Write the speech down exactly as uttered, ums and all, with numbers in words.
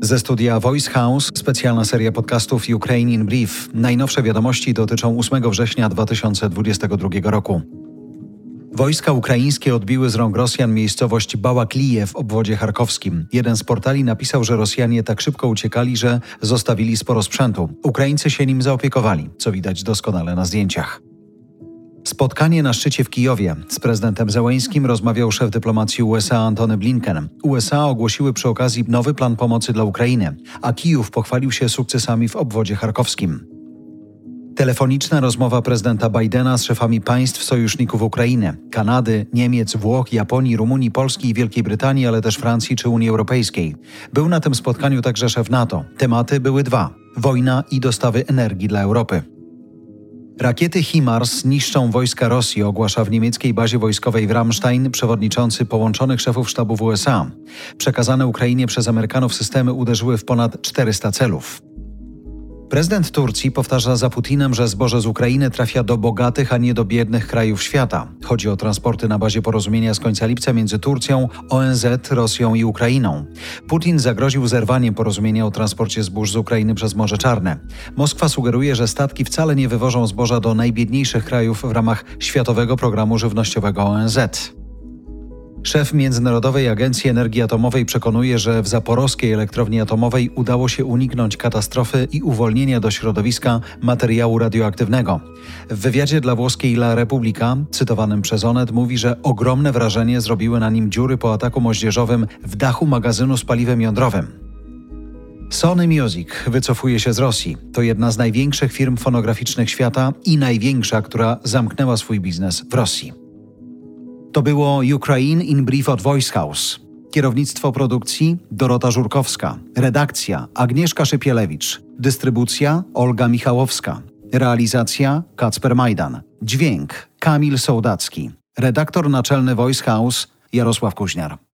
Ze studia Voice House specjalna seria podcastów Ukraine in Brief. Najnowsze wiadomości dotyczą ósmego września dwa tysiące dwudziestego drugiego roku. Wojska ukraińskie odbiły z rąk Rosjan miejscowość Bałaklije w obwodzie charkowskim. Jeden z portali napisał, że Rosjanie tak szybko uciekali, że zostawili sporo sprzętu. Ukraińcy się nim zaopiekowali, co widać doskonale na zdjęciach. Spotkanie na szczycie w Kijowie. Z prezydentem Zełeńskim rozmawiał szef dyplomacji U S A Antony Blinken. U S A ogłosiły przy okazji nowy plan pomocy dla Ukrainy, a Kijów pochwalił się sukcesami w obwodzie charkowskim. Telefoniczna rozmowa prezydenta Bidena z szefami państw sojuszników Ukrainy, Kanady, Niemiec, Włoch, Japonii, Rumunii, Polski i Wielkiej Brytanii, ale też Francji czy Unii Europejskiej. Był na tym spotkaniu także szef NATO. Tematy były dwa: wojna i dostawy energii dla Europy. Rakiety HIMARS niszczą wojska Rosji, ogłasza w niemieckiej bazie wojskowej w Ramstein przewodniczący połączonych szefów sztabów U S A. Przekazane Ukrainie przez Amerykanów systemy uderzyły w ponad czterysta celów. Prezydent Turcji powtarza za Putinem, że zboże z Ukrainy trafia do bogatych, a nie do biednych krajów świata. Chodzi o transporty na bazie porozumienia z końca lipca między Turcją, O N Z, Rosją i Ukrainą. Putin zagroził zerwaniem porozumienia o transporcie zbóż z Ukrainy przez Morze Czarne. Moskwa sugeruje, że statki wcale nie wywożą zboża do najbiedniejszych krajów w ramach Światowego Programu Żywnościowego O N Z. Szef Międzynarodowej Agencji Energii Atomowej przekonuje, że w zaporowskiej elektrowni atomowej udało się uniknąć katastrofy i uwolnienia do środowiska materiału radioaktywnego. W wywiadzie dla włoskiej La Repubblica, cytowanym przez Onet, mówi, że ogromne wrażenie zrobiły na nim dziury po ataku moździerzowym w dachu magazynu z paliwem jądrowym. Sony Music wycofuje się z Rosji. To jedna z największych firm fonograficznych świata i największa, która zamknęła swój biznes w Rosji. To było Ukraine in Brief od Voice House. Kierownictwo produkcji Dorota Żurkowska. Redakcja Agnieszka Szypielewicz. Dystrybucja Olga Michałowska. Realizacja Kacper Majdan. Dźwięk Kamil Sołdacki. Redaktor naczelny Voice House Jarosław Kuźniar.